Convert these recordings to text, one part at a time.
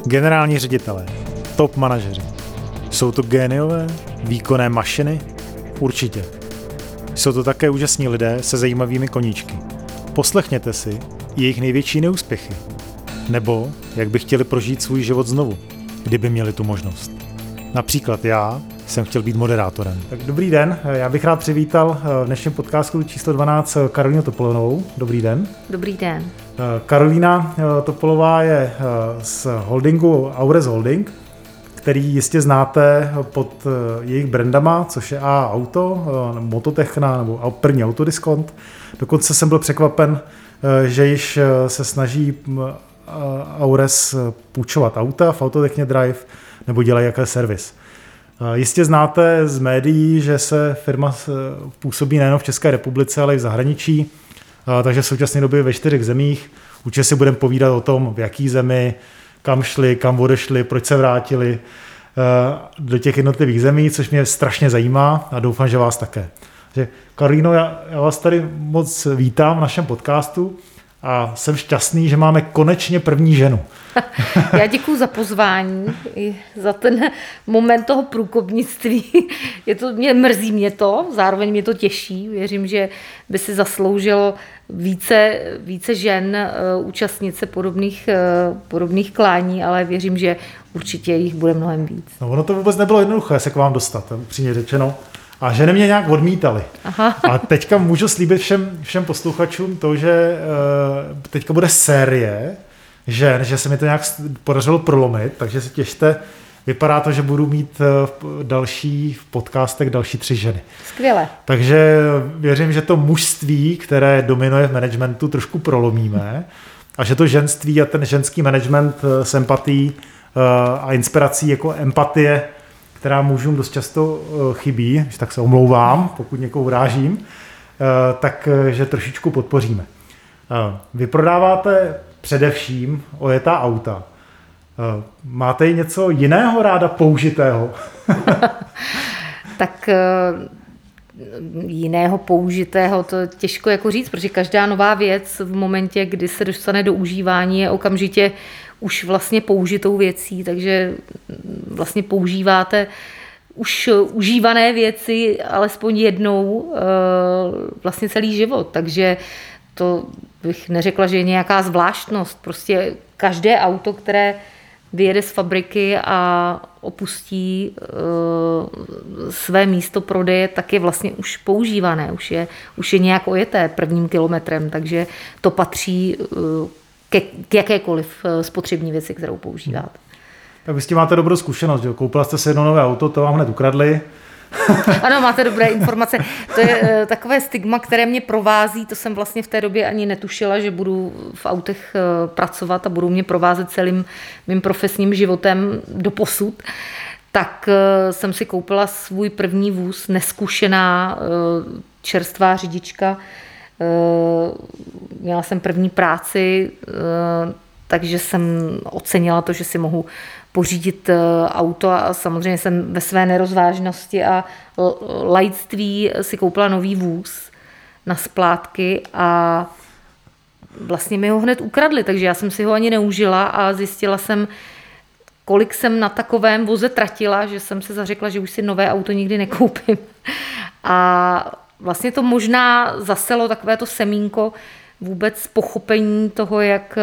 Generální ředitelé, top manažeři. Jsou to géniové, výkonné mašiny? Určitě. Jsou to také úžasní lidé se zajímavými koníčky. Poslechněte si jejich největší neúspěchy. Nebo jak by chtěli prožít svůj život znovu, kdyby měli tu možnost. Například já jsem chtěl být moderátorem. Tak dobrý den, já bych rád přivítal v dnešním podcastu číslo 12 Karolínu Topolovou. Dobrý den. Dobrý den. Karolína Topolová je z holdingu Aures Holding, který jistě znáte pod jejich brandama, což je A Auto, Mototechna nebo první Autodiskont. Dokonce jsem byl překvapen, že již se snaží Aures půjčovat auta v Autotechně Drive nebo dělají jaké servis. Jistě znáte z médií, že se firma působí nejen v České republice, ale i v zahraničí, takže v současné době ve 4 zemích. Určitě si budeme povídat o tom, v jaký zemi, kam šli, kam odešli, proč se vrátili do těch jednotlivých zemí, což mě strašně zajímá a doufám, že vás také. Karolíno, já vás tady moc vítám v našem podcastu a jsem šťastný, že máme konečně první ženu. Já děkuji za pozvání i za ten moment toho průkopnictví. Mrzí mě to, zároveň mě to těší. Věřím, že by si zasloužilo více žen účastnit se podobných klání, ale věřím, že určitě jich bude mnohem víc. No, ono to vůbec nebylo jednoduché se k vám dostat, upřímně řečeno. A ženy mě nějak odmítali. Aha. A teďka můžu slíbit všem posluchačům to, že teďka bude série žen, že se mi to nějak podařilo prolomit, takže se těšte. Vypadá to, že budu mít v podcastech další 3 ženy. Skvěle. Takže věřím, že to mužství, které dominuje v managementu, trošku prolomíme a že to ženství a ten ženský management s empatií a inspirací jako empatie, která mužům dost často chybí, tak se omlouvám, pokud někoho urážím, takže trošičku podpoříme. Vy prodáváte především ojetá auta. Máte i něco jiného ráda použitého? Tak jiného použitého, to je těžko jako říct, protože každá nová věc v momentě, kdy se dostane do užívání, je okamžitě už vlastně použitou věcí, takže vlastně používáte už užívané věci alespoň jednou vlastně celý život, takže to bych neřekla, že je nějaká zvláštnost. Prostě každé auto, které vyjede z fabriky a opustí své místo prodeje, tak je vlastně už používané, už je nějak ojeté prvním kilometrem, takže to patří k jakékoliv spotřební věci, kterou používáte. Tak vy s tím máte dobrou zkušenost, že? Koupila jste si jedno nové auto, to vám hned ukradli. Ano, máte dobré informace. To je takové stigma, které mě provází, to jsem vlastně v té době ani netušila, že budu v autech pracovat a budou mě provázet celým mým profesním životem doposud. Tak jsem si koupila svůj první vůz, neskušená čerstvá řidička. Měla jsem první práci, takže jsem ocenila to, že si mohu pořídit auto a samozřejmě jsem ve své nerozvážnosti a laictví si koupila nový vůz na splátky a vlastně mi ho hned ukradli, takže já jsem si ho ani neužila a zjistila jsem, kolik jsem na takovém voze tratila, že jsem se zařekla, že už si nové auto nikdy nekoupím. A vlastně to možná zaselo takové to semínko vůbec pochopení toho, jak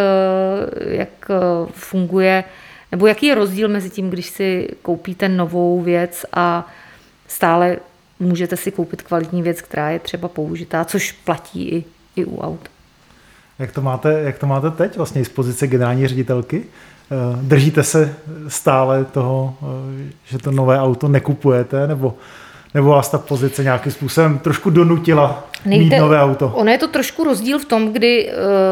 funguje, nebo jaký je rozdíl mezi tím, když si koupíte novou věc a stále můžete si koupit kvalitní věc, která je třeba použitá, což platí i u aut. Jak to máte teď vlastně z pozice generální ředitelky? Držíte se stále toho, že to nové auto nekupujete, nebo vás ta pozice nějakým způsobem trošku donutila mít nové auto? Ono je to trošku rozdíl v tom, kdy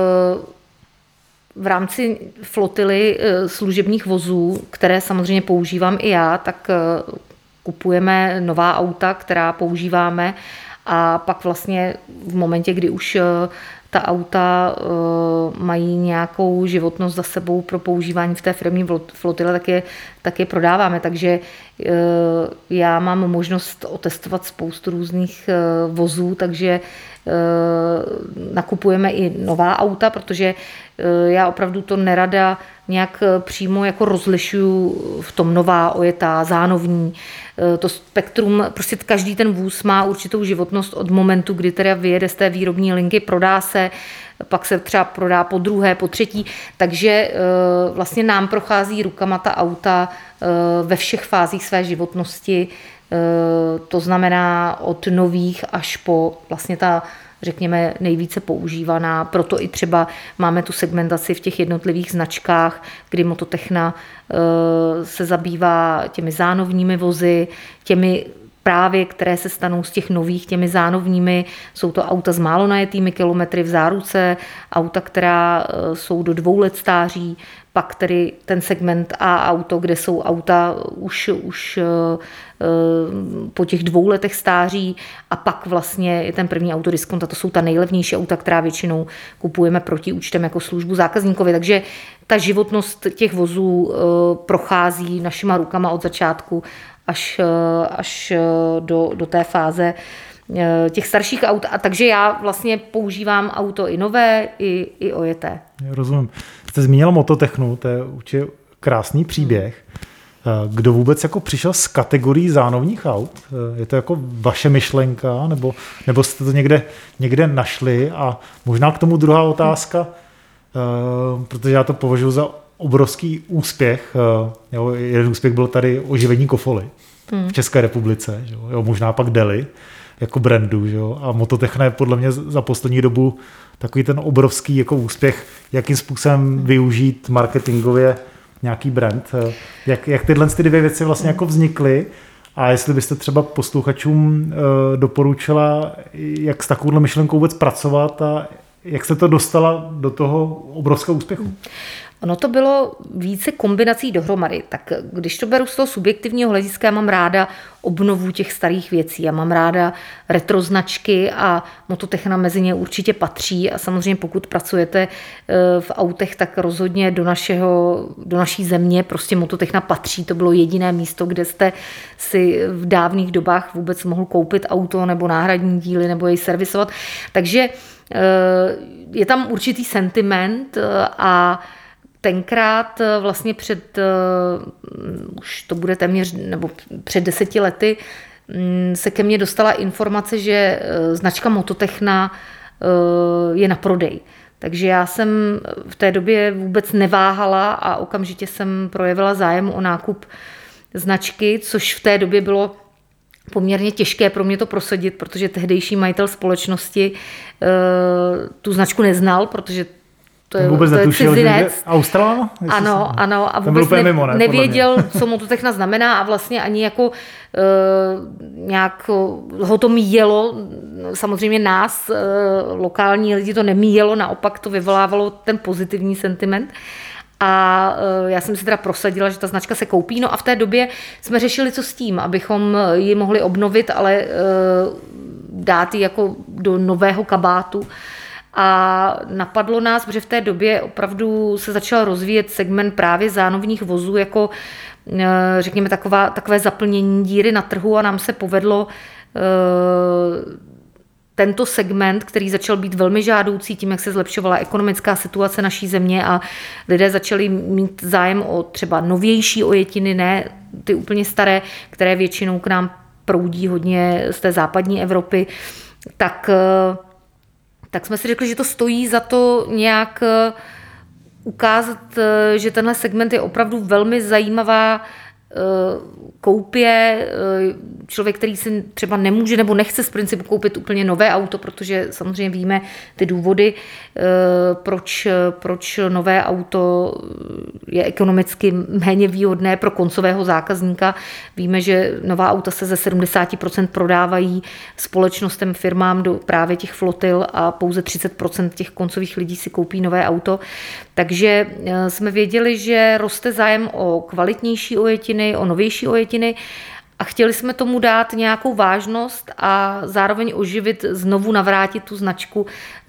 v rámci flotily služebních vozů, které samozřejmě používám i já, tak kupujeme nová auta, která používáme a pak vlastně v momentě, kdy už ta auta mají nějakou životnost za sebou pro používání v té firmní flotile, tak je prodáváme. Takže já mám možnost otestovat spoustu různých vozů, takže nakupujeme i nová auta, protože Já opravdu to nerada nějak přímo jako rozlišuju v tom nová, ojetá, zánovní. To spektrum, prostě každý ten vůz má určitou životnost od momentu, kdy teda vyjede z té výrobní linky, prodá se, pak se třeba prodá po druhé, po třetí, takže vlastně nám prochází rukama ta auta ve všech fázích své životnosti, to znamená od nových až po vlastně ta, řekněme, nejvíce používaná. Proto i třeba máme tu segmentaci v těch jednotlivých značkách, kdy Mototechna se zabývá těmi zánovními vozy, těmi právě, které se stanou z těch nových těmi zánovními. Jsou to auta s málo najetými kilometry v záruce, auta, která jsou do 2 let stáří, pak tedy ten segment A auto, kde jsou auta už po těch 2 letech stáří a pak vlastně je ten první autodiskont a to jsou ta nejlevnější auta, která většinou kupujeme proti účtem jako službu zákazníkovi. Takže ta životnost těch vozů prochází našima rukama od začátku až do té fáze těch starších aut. A takže já vlastně používám auto i nové, i ojeté. Rozumím. Jste zmínil Mototechnu, to je určitě krásný příběh. Kdo vůbec jako přišel z kategorií zánovních aut? Je to jako vaše myšlenka, nebo jste to někde našli? A možná k tomu druhá otázka, protože já to považuji za obrovský úspěch. Jeden úspěch byl tady oživení Kofoly v České republice, možná pak Deli jako brandu. A Mototechna je podle mě za poslední dobu takový ten obrovský jako úspěch, jakým způsobem využít marketingově nějaký brand. Jak tyhle ty 2 věci vlastně jako vznikly a jestli byste třeba posluchačům doporučila, jak s takovouhle myšlenkou vůbec pracovat a jak jste to dostala do toho obrovského úspěchu? Ono to bylo více kombinací dohromady. Tak když to beru z toho subjektivního hlediska, já mám ráda obnovu těch starých věcí. Já mám ráda retro značky a Mototechna mezi ně určitě patří. A samozřejmě pokud pracujete v autech, tak rozhodně do naší země prostě Mototechna patří. To bylo jediné místo, kde jste si v dávných dobách vůbec mohl koupit auto nebo náhradní díly nebo jej servisovat. Takže je tam určitý sentiment a tenkrát vlastně už to bude téměř, nebo před 10 lety, se ke mně dostala informace, že značka Mototechna je na prodej. Takže já jsem v té době vůbec neváhala a okamžitě jsem projevila zájem o nákup značky, což v té době bylo poměrně těžké pro mě to prosadit, protože tehdejší majitel společnosti tu značku neznal, protože to je cizinec. Australán? Ano, a vůbec nevěděl, co Mototechna znamená a vlastně ani jako nějak ho to míjelo. Samozřejmě nás, lokální lidi, to nemíjelo, naopak to vyvolávalo ten pozitivní sentiment. A já jsem si teda prosadila, že ta značka se koupí. No a v té době jsme řešili, co s tím, abychom ji mohli obnovit, ale dát ji jako do nového kabátu. A napadlo nás, protože v té době opravdu se začal rozvíjet segment právě zánovních vozů jako, řekněme, takové zaplnění díry na trhu a nám se povedlo tento segment, který začal být velmi žádoucí tím, jak se zlepšovala ekonomická situace naší země a lidé začali mít zájem o třeba novější ojetiny, ne ty úplně staré, které většinou k nám proudí hodně z té západní Evropy, tak jsme si řekli, že to stojí za to nějak ukázat, že tenhle segment je opravdu velmi zajímavá koupě. Člověk, který si třeba nemůže nebo nechce z principu koupit úplně nové auto, protože samozřejmě víme ty důvody, proč nové auto je ekonomicky méně výhodné pro koncového zákazníka. Víme, že nová auta se ze 70% prodávají společnostem, firmám do právě těch flotil a pouze 30% těch koncových lidí si koupí nové auto. Takže jsme věděli, že roste zájem o kvalitnější ojetiny, o novější ojetiny a chtěli jsme tomu dát nějakou vážnost a zároveň oživit, znovu navrátit tu značku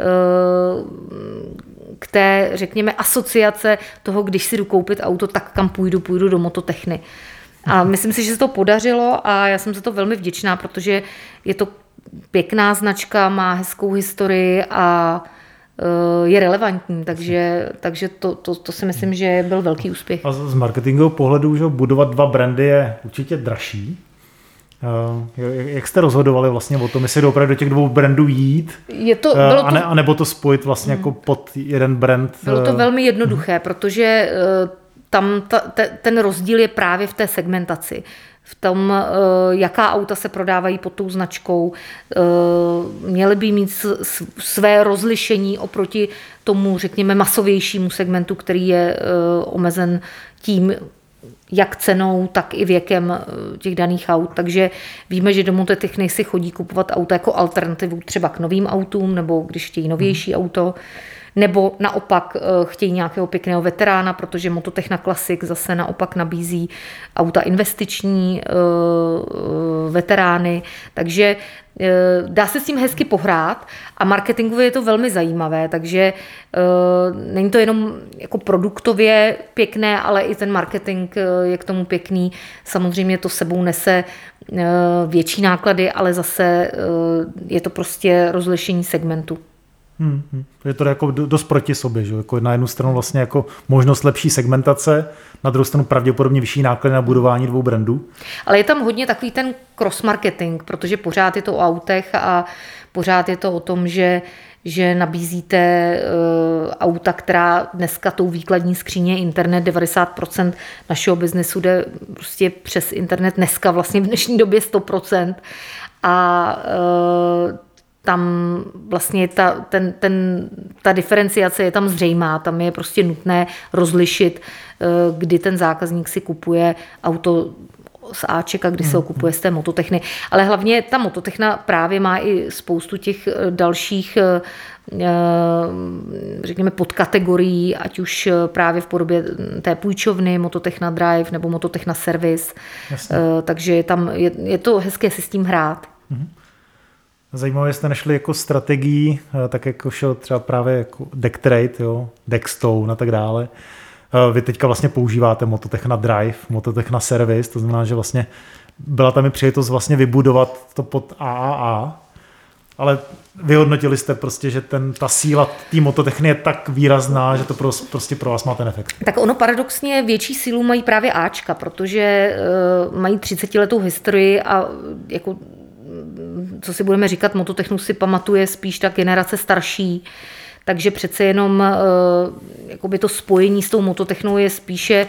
k té, řekněme, asociace toho, když si jdu koupit auto, tak kam půjdu do Mototechny. A myslím si, že se to podařilo a já jsem za to velmi vděčná, protože je to pěkná značka, má hezkou historii a je relevantní, takže to si myslím, že byl velký úspěch. A z marketingového pohledu, že budovat 2 brandy je určitě dražší. Jak jste rozhodovali vlastně o tom, jestli opravdu do těch 2 brandů jít, anebo to spojit vlastně jako pod jeden brand? Bylo to velmi jednoduché, protože tam ten rozdíl je právě v té segmentaci. V tom, jaká auta se prodávají pod tou značkou. Měly by mít své rozlišení oproti tomu, řekněme, masovějšímu segmentu, který je omezen tím, jak cenou, tak i věkem těch daných aut. Takže víme, že do Mototechny si chodí kupovat auta jako alternativu třeba k novým autům, nebo když chtějí novější auto, nebo naopak chtějí nějakého pěkného veterána, protože Mototechna Classic zase naopak nabízí auta investiční, veterány, takže dá se s tím hezky pohrát a marketingově je to velmi zajímavé, takže není to jenom jako produktově pěkné, ale i ten marketing je k tomu pěkný. Samozřejmě to sebou nese větší náklady, ale zase je to prostě rozlišení segmentu. Je to jako dost proti sobě, že? Jako na jednu stranu vlastně jako možnost lepší segmentace, na druhou stranu pravděpodobně vyšší náklady na budování 2 brandů. Ale je tam hodně takový ten cross-marketing, protože pořád je to o autech a pořád je to o tom, že nabízíte auta, která dneska tou výkladní skříně internet, 90% našeho biznesu jde prostě přes internet, dneska vlastně v dnešní době 100%. A tam vlastně ta diferenciace je tam zřejmá, tam je prostě nutné rozlišit, kdy ten zákazník si kupuje auto z Aček a kdy se ho kupuje z té Mototechny. Ale hlavně ta Mototechna právě má i spoustu těch dalších, řekněme, podkategorií, ať už právě v podobě té půjčovny, Mototechna Drive nebo Mototechna Service. Takže je to hezké si s tím hrát. Zajímavé, jste nešli jako strategii, tak jako šel třeba právě jako Decktrade, Deckstone a tak dále. Vy teďka vlastně používáte Mototechna Drive, Mototechna Service, to znamená, že vlastně byla tam i příležitost vlastně vybudovat to pod AAA, ale vyhodnotili jste prostě, že ta síla té Mototechny je tak výrazná, že to prostě pro vás má ten efekt. Tak ono paradoxně větší sílu mají právě Ačka, protože mají 30letou historii a jako co si budeme říkat, Mototechnu si pamatuje spíš ta generace starší, takže přece jenom jakoby to spojení s tou Mototechnou je spíše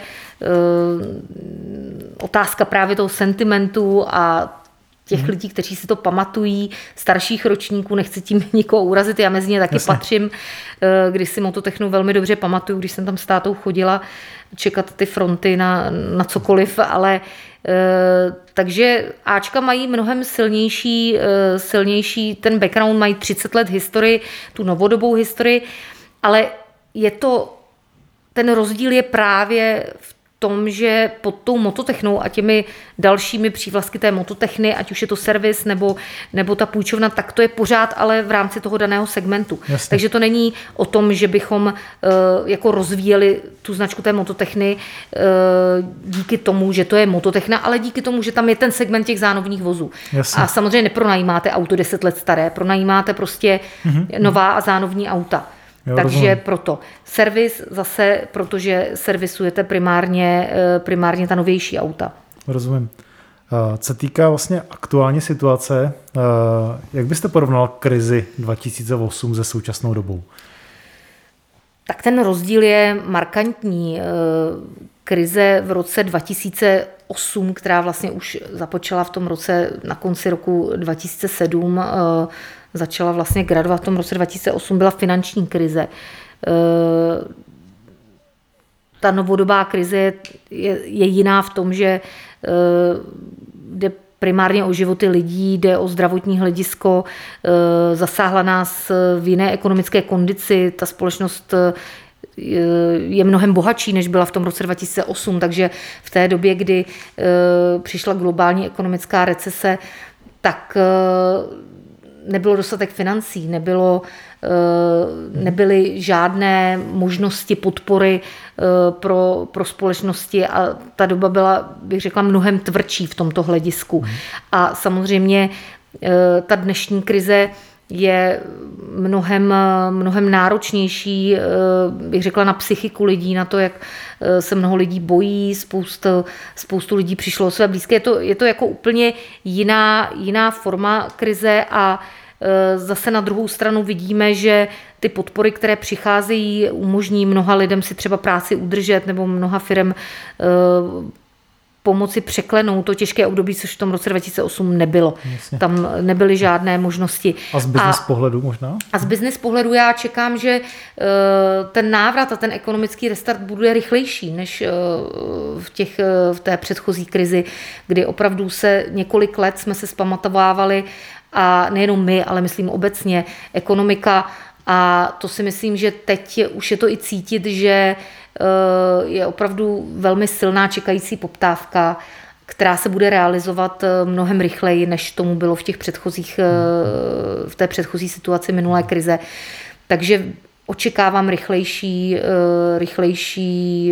otázka právě toho sentimentu a těch lidí, kteří si to pamatují, starších ročníků, nechci tím nikoho urazit, já mezi ně taky patřím, když si Mototechnu velmi dobře pamatuju, když jsem tam s tátou chodila čekat ty fronty na cokoliv, ale takže Ačka mají mnohem silnější ten background, mají 30 let historii, tu novodobou historii, ale ten rozdíl je právě v tom, že pod tou Mototechnou a těmi dalšími přívlastky té Mototechny, ať už je to servis nebo ta půjčovna, tak to je pořád ale v rámci toho daného segmentu. Jasně. Takže to není o tom, že bychom jako rozvíjeli tu značku té Mototechny díky tomu, že to je Mototechna, ale díky tomu, že tam je ten segment těch zánovních vozů. Jasně. A samozřejmě nepronajímáte auto 10 let staré, pronajímáte prostě nová a zánovní auta. Jo, takže rozumím. proto. Servis zase, protože servisujete primárně ta novější auta. Rozumím. Co se týká vlastně aktuální situace, jak byste porovnal krizi 2008 se současnou dobou? Tak ten rozdíl je markantní. Krize v roce 2008, která vlastně už započala v tom roce na konci roku 2007, začala vlastně gradovat v tom roce 2008, byla finanční krize. Ta novodobá krize je jiná v tom, že jde primárně o životy lidí, jde o zdravotní hledisko, zasáhla nás v jiné ekonomické kondici, ta společnost je mnohem bohatší, než byla v tom roce 2008, takže v té době, kdy přišla globální ekonomická recese, tak nebylo dostatek financí, nebyly žádné možnosti podpory pro společnosti a ta doba byla, bych řekla, mnohem tvrdší v tomto hledisku. A samozřejmě ta dnešní krize je mnohem náročnější, bych řekla, na psychiku lidí, na to, jak se mnoho lidí bojí, spoustu lidí přišlo o své blízké. Je to jako úplně jiná forma krize a zase na druhou stranu vidíme, že ty podpory, které přicházejí, umožní mnoha lidem si třeba práci udržet nebo mnoha firem pomoci překlenout to těžké období, což v tom roce 2008 nebylo. Jasně. Tam nebyly žádné možnosti. A z business pohledu možná? A z business pohledu já čekám, že ten návrat a ten ekonomický restart bude rychlejší než v té předchozí krizi, kdy opravdu se několik let jsme se zpamatovávali a nejenom my, ale myslím obecně ekonomika a to si myslím, že teď už je to i cítit, že je opravdu velmi silná čekající poptávka, která se bude realizovat mnohem rychleji, než tomu bylo v té předchozí situaci minulé krize. Takže očekávám rychlejší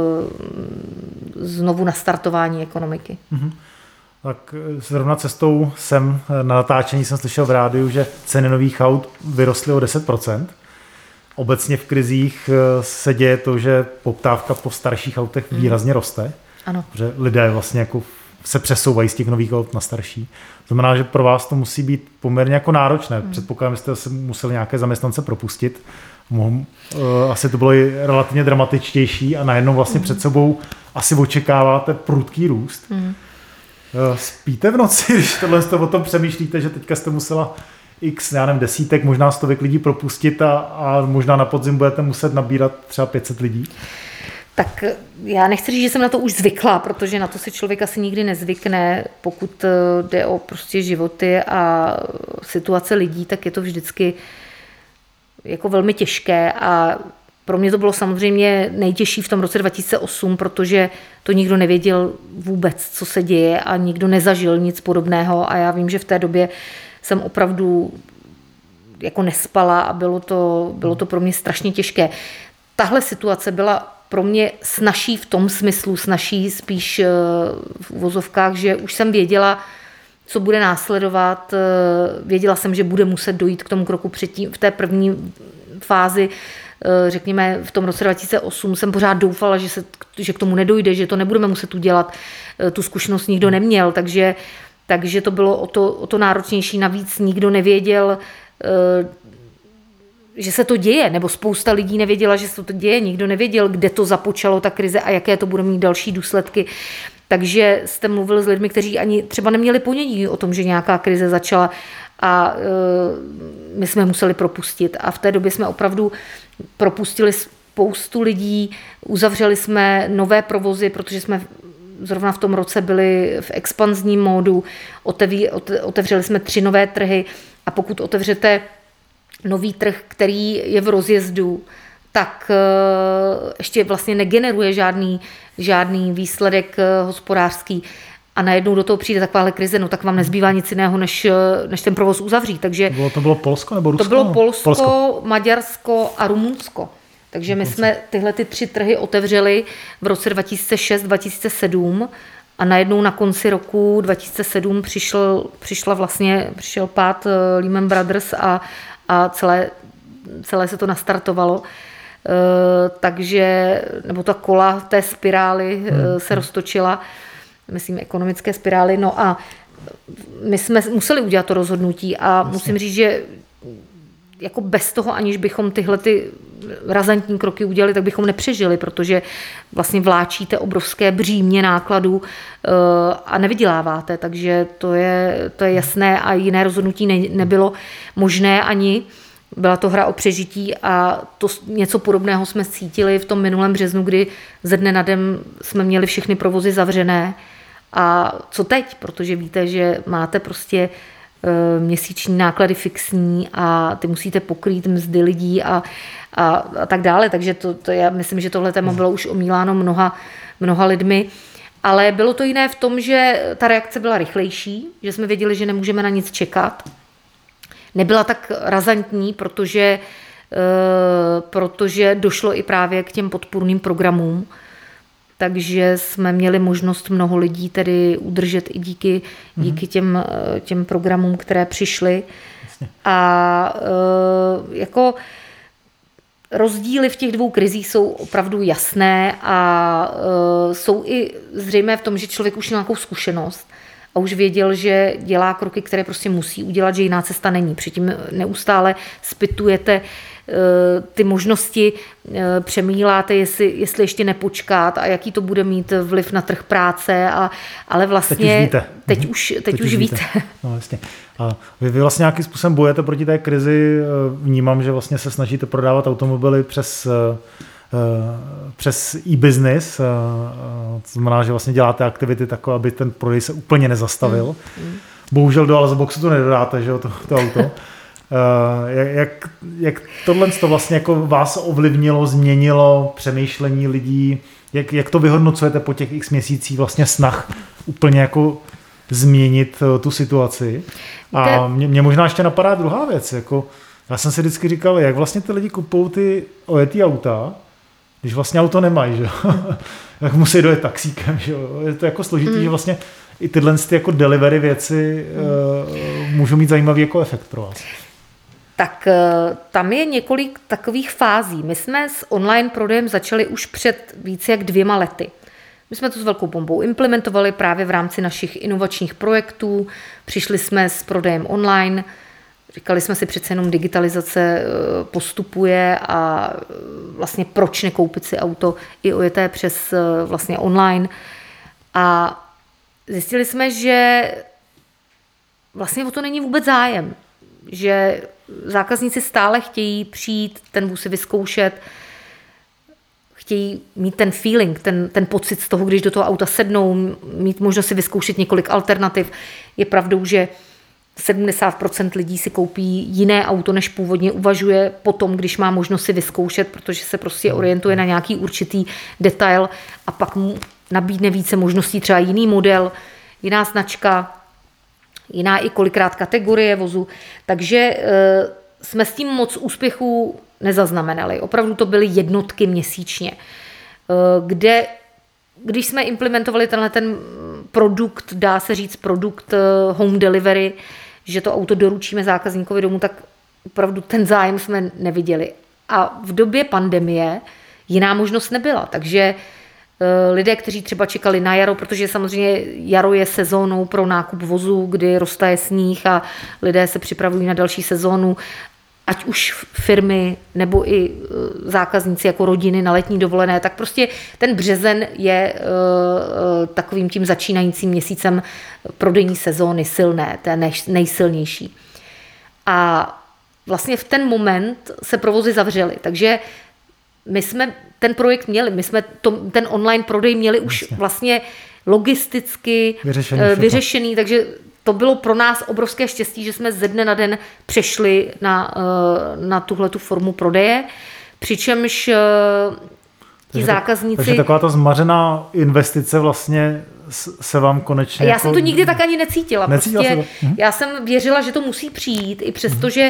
znovu nastartování ekonomiky. Mm-hmm. Tak zrovna cestou na natáčení jsem slyšel v rádiu, že ceny nových aut vyrostly o 10%. Obecně v krizích se děje to, že poptávka po starších autech výrazně roste. Ano. Protože lidé vlastně jako se přesouvají z těch nových aut na starší. To znamená, že pro vás to musí být poměrně jako náročné. Předpokládám, že jste se museli nějaké zaměstnance propustit. Asi to bylo i relativně dramatičtější a najednou vlastně před sebou asi očekáváte prudký růst. Spíte v noci, když tohle o tom přemýšlíte, že teďka jste musela desítek, možná 100 lidí propustit a možná na podzim budete muset nabírat třeba 500 lidí? Tak já nechci říct, že jsem na to už zvykla, protože na to si člověk asi nikdy nezvykne. Pokud jde o prostě životy a situace lidí, tak je to vždycky jako velmi těžké a pro mě to bylo samozřejmě nejtěžší v tom roce 2008, protože to nikdo nevěděl vůbec, co se děje a nikdo nezažil nic podobného a já vím, že v té době jsem opravdu jako nespala a bylo to pro mě strašně těžké. Tahle situace byla pro mě snazší v tom smyslu, snazší spíš v uvozovkách, že už jsem věděla, co bude následovat. Věděla jsem, že bude muset dojít k tomu kroku předtím. V té první fázi, řekněme v tom roce 2008, jsem pořád doufala, že k tomu nedojde, že to nebudeme muset udělat. Tu zkušenost nikdo neměl, takže to bylo o to náročnější. Navíc nikdo nevěděl, že se to děje, nebo spousta lidí nevěděla, že se to děje. Nikdo nevěděl, kde to započalo, ta krize a jaké to bude mít další důsledky. Takže jste mluvil s lidmi, kteří ani třeba neměli ponětí o tom, že nějaká krize začala a my jsme museli propustit. A v té době jsme opravdu propustili spoustu lidí, uzavřeli jsme nové provozy, protože jsme zrovna v tom roce byli v expanzním módu, otevřeli jsme 3 nové trhy a pokud otevřete nový trh, který je v rozjezdu, tak ještě vlastně negeneruje žádný výsledek hospodářský a najednou do toho přijde takováhle krize, no tak vám nezbývá nic jiného, než ten provoz uzavřít. Takže to bylo Polsko nebo Rusko? To bylo Polsko, Maďarsko a Rumunsko. Takže my jsme tyhle 3 trhy otevřeli v roce 2006-2007 a najednou na konci roku 2007 přišel pád Lehman Brothers a celé se to nastartovalo. Takže, nebo ta kola té spirály se roztočila, myslím ekonomické spirály, no a my jsme museli udělat to rozhodnutí a musím říct, že jako bez toho, aniž bychom tyhle razantní kroky udělali, tak bychom nepřežili, protože vlastně vláčíte obrovské břímě nákladů a nevyděláváte, takže to je jasné a jiné rozhodnutí nebylo možné ani. Byla to hra o přežití a to něco podobného jsme cítili v tom minulém březnu, kdy ze dne na den jsme měli všechny provozy zavřené. A co teď? Protože víte, že máte prostě měsíční náklady fixní a ty musíte pokrýt mzdy lidí a tak dále. Takže já myslím, že tohle téma bylo už omíláno mnoha lidmi. Ale bylo to jiné v tom, že ta reakce byla rychlejší, že jsme věděli, že nemůžeme na nic čekat. Nebyla tak razantní, protože došlo i právě k těm podpůrným programům. Takže jsme měli možnost mnoho lidí tedy udržet i díky těm programům, které přišly. Jasně. A jako rozdíly v těch dvou krizích jsou opravdu jasné a jsou i zřejmé v tom, že člověk už měl nějakou zkušenost a už věděl, že dělá kroky, které prostě musí udělat, že jiná cesta není. Předtím neustále zpytujete ty možnosti, přemýšláte, jestli ještě nepočkat a jaký to bude mít vliv na trh práce, ale vlastně teď už víte. No, jasně. A vy vlastně nějakým způsobem bojujete proti té krizi. Vnímám, že vlastně se snažíte prodávat automobily přes e-business, to znamená, že vlastně děláte aktivity takové, aby ten prodej se úplně nezastavil. Bohužel do Alzaboxu to nedodáte, že jo, to auto. Jak tohle to vlastně jako vás ovlivnilo, změnilo přemýšlení lidí? Jak to vyhodnocujete po těch x měsících vlastně snah úplně jako změnit tu situaci? A mě možná ještě napadá druhá věc. Jako, já jsem si vždycky říkal, jak vlastně ty lidi kupují ty ojetý auta, když vlastně auto nemají, že? Jak musí dojet taxíkem, že? Je to jako složitý, že vlastně i tyhle jako delivery věci můžou mít zajímavý jako efekt pro vás. Tak tam je několik takových fází. My jsme s online prodejem začali už před více jak 2 lety. My jsme to s velkou bombou implementovali právě v rámci našich inovačních projektů. Přišli jsme s prodejem online, říkali jsme si přece jenom digitalizace postupuje a vlastně proč nekoupit si auto i ojeté přes vlastně online. A zjistili jsme, že vlastně o to není vůbec zájem. Že zákazníci stále chtějí přijít, ten vůz si vyzkoušet, chtějí mít ten feeling, ten pocit z toho, když do toho auta sednou, mít možnost si vyzkoušet několik alternativ. Je pravdou, že 70% lidí si koupí jiné auto, než původně uvažuje potom, když má možnost si vyzkoušet, protože se prostě orientuje na nějaký určitý detail a pak mu nabídne více možností, třeba jiný model, jiná značka, jiná i kolikrát kategorie vozu. Takže jsme s tím moc úspěchů nezaznamenali. Opravdu to byly jednotky měsíčně. Když jsme implementovali ten produkt, dá se říct produkt home delivery, že to auto doručíme zákazníkovi domů, tak opravdu ten zájem jsme neviděli. A v době pandemie jiná možnost nebyla. Takže lidé, kteří třeba čekali na jaro, protože samozřejmě jaro je sezónou pro nákup vozu, kdy roztaje sníh a lidé se připravují na další sezónu, ať už firmy nebo i zákazníci jako rodiny na letní dovolené, tak prostě ten březen je takovým tím začínajícím měsícem prodejní sezóny silné, té nejsilnější. A vlastně v ten moment se provozy zavřely, takže my jsme ten projekt měli, my jsme ten online prodej měli už vlastně logisticky vyřešený, takže to bylo pro nás obrovské štěstí, že jsme ze dne na den přešli na tuhletu formu prodeje, přičemž ti zákazníci... Takže taková ta zmařená investice vlastně se vám konečně... Já jsem to nikdy tak ani necítila. Já jsem věřila, že to musí přijít, i přesto, že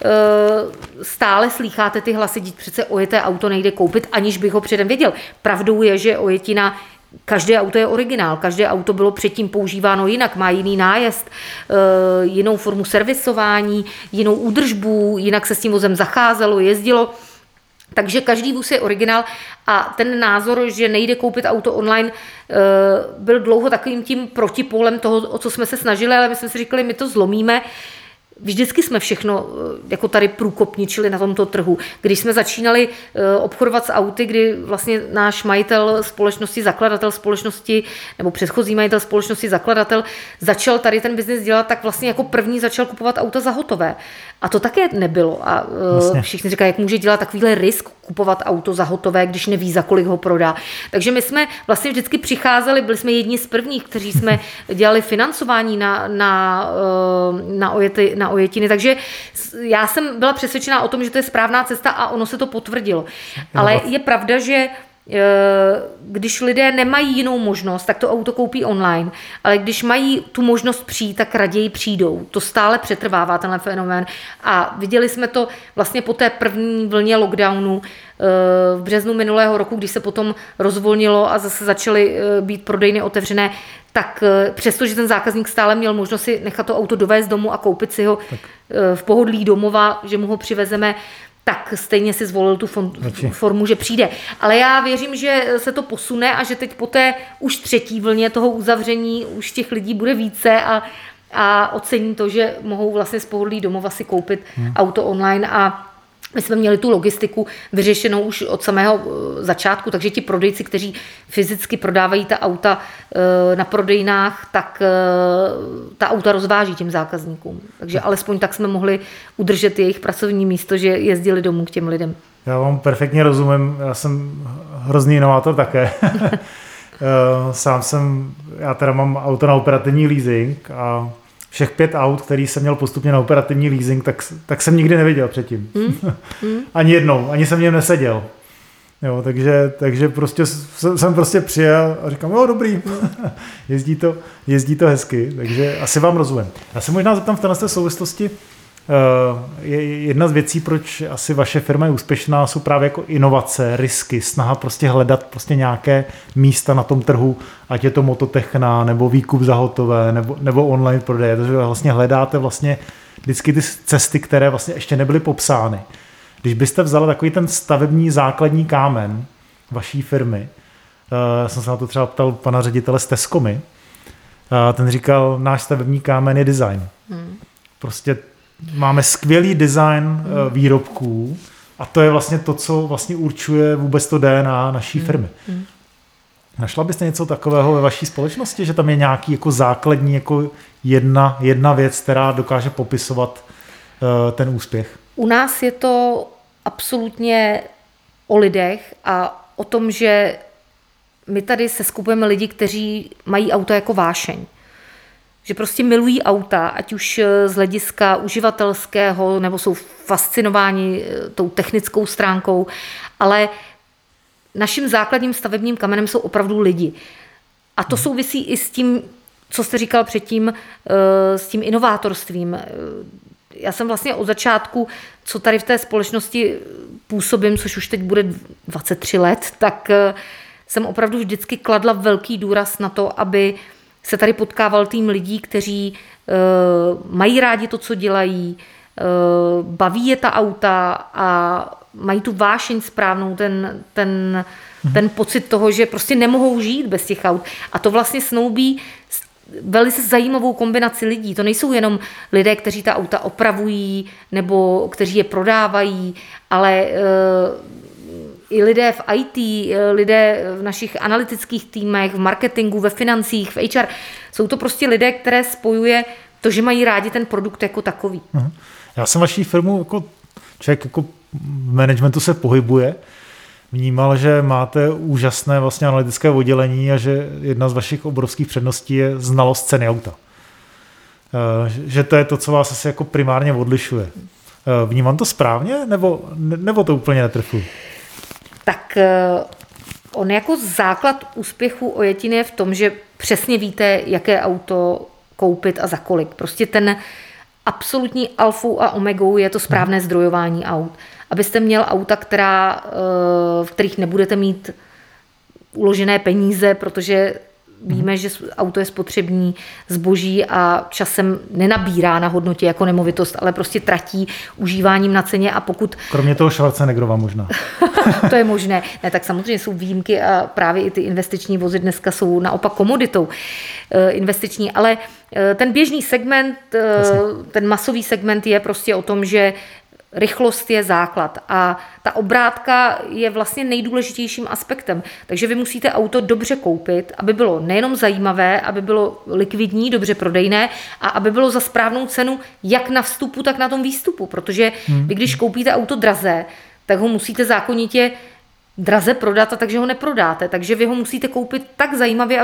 stále slýcháte ty hlasy, přece ojeté auto nejde koupit, aniž bych ho předem věděl. Pravdou je, že ojetina, každé auto je originál, každé auto bylo předtím používáno jinak, má jiný nájezd, jinou formu servisování, jinou údržbu, jinak se s tím vozem zacházelo, jezdilo. Takže každý vůz je originál a ten názor, že nejde koupit auto online, byl dlouho takovým tím protipólem toho, o co jsme se snažili, ale my jsme si říkali, my to zlomíme. Vždycky jsme všechno jako tady průkopničili na tomto trhu. Když jsme začínali obchodovat s auty, kdy vlastně náš majitel společnosti, zakladatel společnosti nebo předchozí majitel společnosti, zakladatel začal tady ten biznis dělat, tak vlastně jako první začal kupovat auta za hotové. A to také nebylo. A všichni říkají, jak může dělat takovýhle risk kupovat auto za hotové, když neví, za kolik ho prodá. Takže my jsme vlastně vždycky přicházeli, byli jsme jedni z prvních, kteří jsme dělali financování na ojetiny. Takže já jsem byla přesvědčená o tom, že to je správná cesta a ono se to potvrdilo. Ale je pravda, že když lidé nemají jinou možnost, tak to auto koupí online, ale když mají tu možnost přijít, tak raději přijdou. To stále přetrvává tenhle fenomén a viděli jsme to vlastně po té první vlně lockdownu v březnu minulého roku, když se potom rozvolnilo a zase začaly být prodejny otevřené, tak přestože ten zákazník stále měl možnost si nechat to auto dovést domů a koupit si ho v pohodlí domova, že mu ho přivezeme, tak stejně si zvolil tu formu, že přijde. Ale já věřím, že se to posune a že teď po té už třetí vlně toho uzavření už těch lidí bude více a ocení to, že mohou vlastně z pohodlí domova si koupit auto online a my jsme měli tu logistiku vyřešenou už od samého začátku, takže ti prodejci, kteří fyzicky prodávají ta auta na prodejnách, tak ta auta rozváží těm zákazníkům. Takže alespoň tak jsme mohli udržet jejich pracovní místo, že jezdili domů k těm lidem. Já vám perfektně rozumím, já jsem hrozný inovátor také. Já teda mám auto na operativní leasing a všech 5 aut, který jsem měl postupně na operativní leasing, tak jsem nikdy neviděl předtím. Ani jednou, ani jsem v něm neseděl. Jo, takže prostě jsem přijel a říkám, jo, dobrý, jezdí to hezky, takže asi vám rozumím. Já se možná zeptám v této souvislosti, jedna z věcí, proč asi vaše firma je úspěšná, jsou právě jako inovace, risky, snaha prostě hledat prostě nějaké místa na tom trhu, ať je to Mototechna, nebo výkup za hotové, nebo online prodeje, takže vlastně hledáte vlastně vždycky ty cesty, které vlastně ještě nebyly popsány. Když byste vzali takový ten stavební základní kámen vaší firmy, já jsem se na to třeba ptal pana ředitele z Tescomy, ten říkal, náš stavební kámen je design. Prostě máme skvělý design výrobků a to je vlastně to, co vlastně určuje vůbec to DNA naší firmy. Našla byste něco takového ve vaší společnosti, že tam je nějaký jako základní jako jedna věc, která dokáže popisovat ten úspěch? U nás je to absolutně o lidech a o tom, že my tady se skupujeme lidi, kteří mají auto jako vášeň. Že prostě milují auta, ať už z hlediska uživatelského, nebo jsou fascinováni tou technickou stránkou, ale naším základním stavebním kamenem jsou opravdu lidi. A to souvisí i s tím, co jste říkal předtím, s tím inovátorstvím. Já jsem vlastně od začátku, co tady v té společnosti působím, což už teď bude 23 let, tak jsem opravdu vždycky kladla velký důraz na to, aby se tady potkával tým lidí, kteří mají rádi to, co dělají, baví je ta auta a mají tu vášeň správnou, ten pocit toho, že prostě nemohou žít bez těch aut. A to vlastně snoubí velice zajímavou kombinaci lidí. To nejsou jenom lidé, kteří ta auta opravují nebo kteří je prodávají, ale i lidé v IT, lidé v našich analytických týmech, v marketingu, ve financích, v HR. Jsou to prostě lidé, které spojuje to, že mají rádi ten produkt jako takový. Já jsem vaší firmu jako člověk jako v managementu se pohybuje, vnímal, že máte úžasné vlastně analytické oddělení a že jedna z vašich obrovských předností je znalost ceny auta. Že to je to, co vás asi jako primárně odlišuje. Vnímám to správně, nebo to úplně netrefuje? Tak on jako základ úspěchu Ojetiny je v tom, že přesně víte, jaké auto koupit a za kolik. Prostě ten absolutní alfou a omegou je to správné zdrojování aut. Abyste měl auta, v kterých nebudete mít uložené peníze, protože víme, že auto je spotřební zboží a časem nenabírá na hodnotě jako nemovitost, ale prostě tratí užíváním na ceně a pokud... Kromě toho Schwarzeneggerova možná. To je možné. Ne, tak samozřejmě jsou výjimky a právě i ty investiční vozy dneska jsou naopak komoditou investiční, ale ten běžný segment, ten masový segment je prostě o tom, že rychlost je základ a ta obrátka je vlastně nejdůležitějším aspektem. Takže vy musíte auto dobře koupit, aby bylo nejenom zajímavé, aby bylo likvidní, dobře prodejné a aby bylo za správnou cenu jak na vstupu, tak na tom výstupu. Protože vy, když koupíte auto draze, tak ho musíte zákonitě draze prodat a takže ho neprodáte. Takže vy ho musíte koupit tak zajímavě,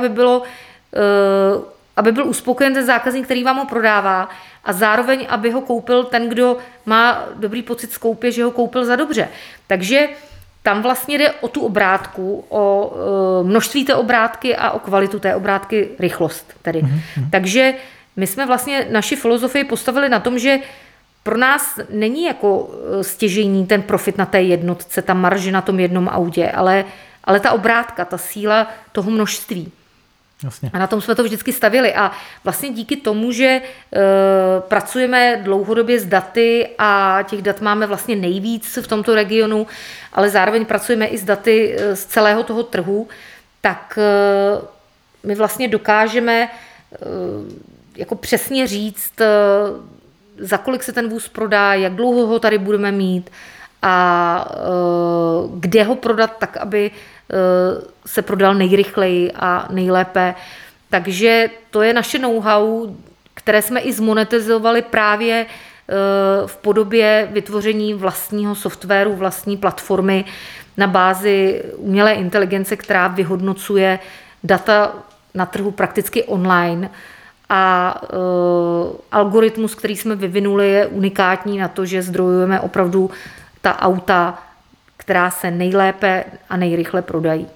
aby byl uspokojen ten zákazník, který vám ho prodává a zároveň, aby ho koupil ten, kdo má dobrý pocit z koupě, že ho koupil za dobře. Takže tam vlastně jde o tu obrátku, o množství té obrátky a o kvalitu té obrátky, rychlost tedy. Takže my jsme vlastně naši filozofii postavili na tom, že pro nás není jako stěžejní ten profit na té jednotce, ta marže na tom jednom autě, ale ta obrátka, ta síla toho množství. Jasně. A na tom jsme to vždycky stavili. A vlastně díky tomu, že pracujeme dlouhodobě s daty a těch dat máme vlastně nejvíc v tomto regionu, ale zároveň pracujeme i s daty z celého toho trhu, tak my vlastně dokážeme jako přesně říct, za kolik se ten vůz prodá, jak dlouho ho tady budeme mít a kde ho prodat tak, aby se prodal nejrychleji a nejlépe. Takže to je naše know-how, které jsme i zmonetizovali právě v podobě vytvoření vlastního softwaru, vlastní platformy na bázi umělé inteligence, která vyhodnocuje data na trhu prakticky online. A algoritmus, který jsme vyvinuli, je unikátní na to, že zdrojujeme opravdu ta auta, která se nejlépe a nejrychle prodají.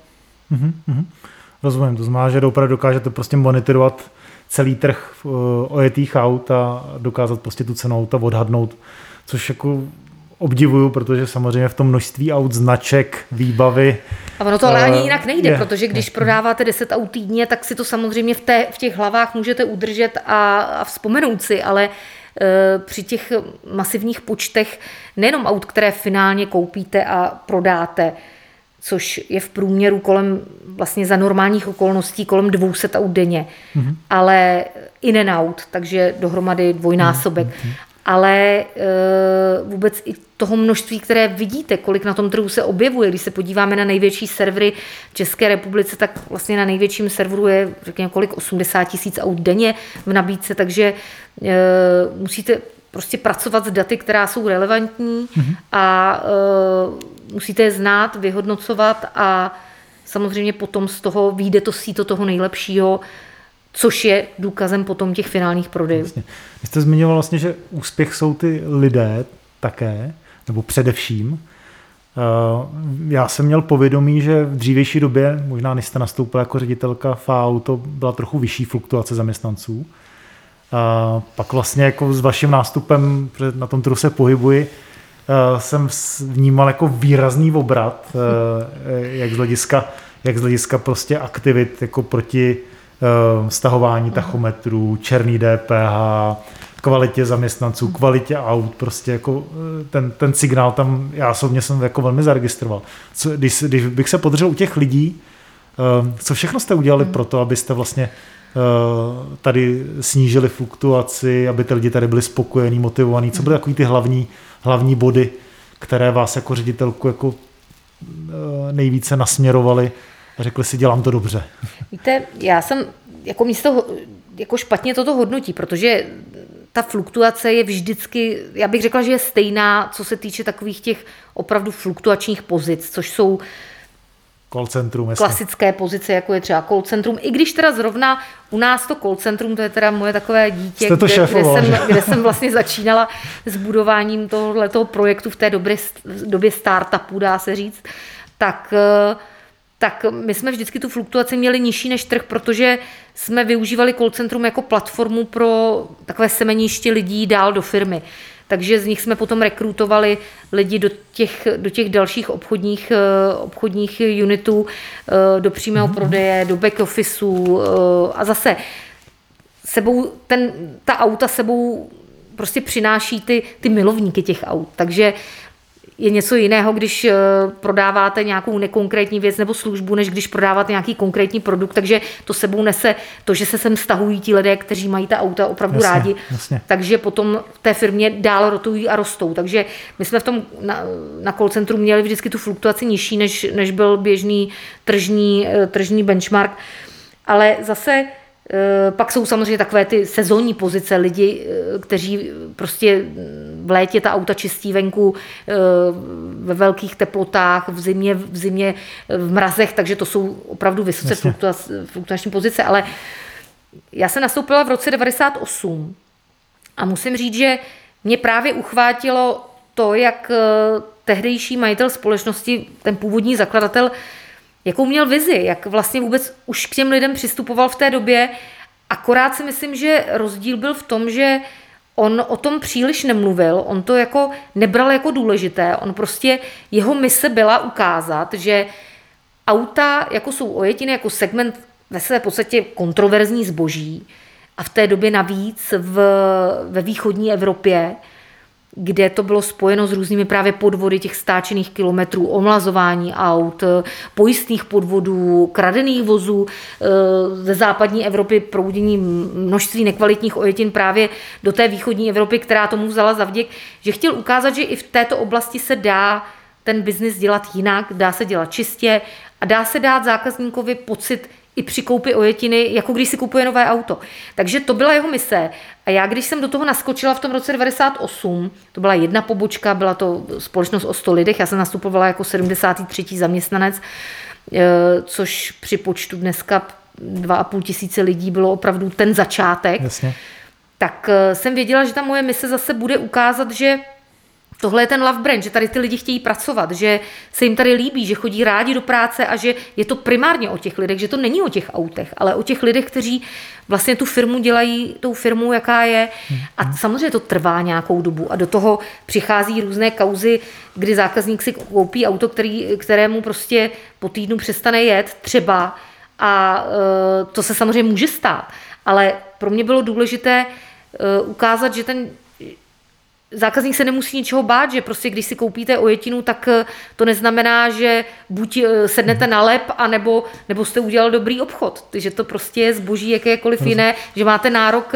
Rozumím, to znamená, že opravdu dokážete prostě monitorovat celý trh ojetých aut a dokázat prostě tu cenu auta odhadnout, což jako obdivuju, protože samozřejmě v tom množství aut, značek, výbavy. A ono to ale ani jinak nejde, protože když prodáváte 10 aut týdně, tak si to samozřejmě v těch hlavách můžete udržet a vzpomenout si, ale při těch masivních počtech nejenom aut, které finálně koupíte a prodáte, což je v průměru kolem, vlastně za normálních okolností kolem 200 aut denně, ale in and out, takže dohromady dvojnásobek. Ale vůbec i toho množství, které vidíte, kolik na tom trhu se objevuje. Když se podíváme na největší servery v České republice, tak vlastně na největším serveru je, řekněme, kolik 80 000 aut denně v nabídce, takže musíte prostě pracovat s daty, která jsou relevantní a musíte je znát, vyhodnocovat a samozřejmě potom z toho vyjde to síto toho nejlepšího, což je důkazem potom těch finálních prodejů. Vlastně. Vy jste zmiňoval vlastně, že úspěch jsou ty lidé také, nebo především. Já jsem měl povědomí, že v dřívější době, možná než jste nastoupila jako ředitelka FAU, to byla trochu vyšší fluktuace zaměstnanců. Pak vlastně jako s vaším nástupem, protože na tom trhu se pohybuji, jsem vnímal jako výrazný obrat, jak z hlediska prostě aktivit jako proti stahování tachometrů, černý DPH, kvalitě zaměstnanců, kvalitě aut, prostě jako ten signál tam, já osobně jsem jako velmi zaregistroval. Když bych se podržel u těch lidí, co všechno jste udělali pro to, abyste vlastně tady snížili fluktuaci, aby ty lidi tady byli spokojení, motivovaní, co byly takový ty hlavní body, které vás jako ředitelku jako nejvíce nasměrovaly a řekli si, dělám to dobře. Víte, já jsem jako místo jako špatně toto hodnotí, protože ta fluktuace je vždycky, já bych řekla, že je stejná, co se týče takových těch opravdu fluktuačních pozic, což jsou call centrum, klasické pozice, jako je třeba call centrum. I když teda zrovna u nás to call centrum, to je teda moje takové dítě, kde jsem vlastně začínala s budováním tohoto projektu v té době startupů, dá se říct, tak my jsme vždycky tu fluktuaci měli nižší než trh, protože jsme využívali call centrum jako platformu pro takové semeniště lidí dál do firmy. Takže z nich jsme potom rekrutovali lidi do těch dalších obchodních unitů, do přímého prodeje, do back officeu a zase ta auta sebou prostě přináší ty milovníky těch aut. Takže je něco jiného, když prodáváte nějakou nekonkrétní věc nebo službu, než když prodáváte nějaký konkrétní produkt, takže to sebou nese to, že se sem stahují ti lidé, kteří mají ta auta opravdu rádi, takže potom v té firmě dál rotují a rostou. Takže my jsme v tom na call centru měli vždycky tu fluktuaci nižší, než byl běžný tržní benchmark, ale zase pak jsou samozřejmě takové ty sezónní pozice, lidi, kteří prostě v létě ta auta čistí venku ve velkých teplotách, v zimě v mrazech, takže to jsou opravdu vysoce fluktuační pozice, ale já jsem nastoupila v roce 1998 a musím říct, že mě právě uchvátilo to, jak tehdejší majitel společnosti, ten původní zakladatel, jakou měl vizi, jak vlastně vůbec už k těm lidem přistupoval v té době. Akorát si myslím, že rozdíl byl v tom, že on o tom příliš nemluvil, on to jako nebral jako důležité, on prostě, jeho mise byla ukázat, že auta, jako jsou ojetiny, jako segment ve své podstatě kontroverzní zboží a v té době navíc ve východní Evropě, kde to bylo spojeno s různými právě podvody těch stáčených kilometrů, omlazování aut, pojistných podvodů, kradených vozů, ze západní Evropy proudění množství nekvalitních ojetin právě do té východní Evropy, která tomu vzala za vděk, že chtěl ukázat, že i v této oblasti se dá ten biznis dělat jinak, dá se dělat čistě a dá se dát zákazníkovi pocit i při koupi ojetiny, jako když si kupuje nové auto. Takže to byla jeho mise. A já, když jsem do toho naskočila v tom roce 98, to byla jedna pobočka, byla to společnost o 100 lidech, já jsem nastupovala jako 73. zaměstnanec, což při počtu dneska 2,5 tisíce lidí bylo opravdu ten začátek. Jasně. Tak jsem věděla, že ta moje mise zase bude ukázat, že tohle je ten love brand, že tady ty lidi chtějí pracovat, že se jim tady líbí, že chodí rádi do práce a že je to primárně o těch lidech, že to není o těch autech, ale o těch lidech, kteří vlastně tu firmu dělají tou firmou, jaká je. A samozřejmě to trvá nějakou dobu a do toho přichází různé kauzy, kdy zákazník si koupí auto, kterému prostě po týdnu přestane jet třeba a to se samozřejmě může stát. Ale pro mě bylo důležité ukázat, že ten zákazník se nemusí ničeho bát, že prostě když si koupíte ojetinu, tak to neznamená, že buď sednete na lep, nebo jste udělal dobrý obchod. Takže to prostě je zboží jakékoliv jiné, že máte nárok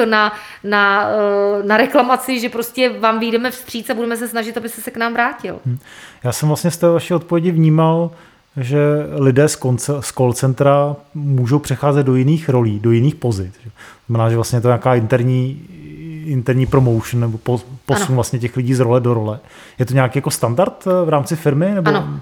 na reklamaci, že prostě vám vyjdeme vstříc a budeme se snažit, aby se k nám vrátil. Já jsem vlastně z té vaší odpovědi vnímal, že lidé z call centra můžou přecházet do jiných rolí, do jiných pozic. Znamená, že vlastně to je nějaká interní promotion nebo posun vlastně těch lidí z role do role. Je to nějaký jako standard v rámci firmy? Nebo, ano.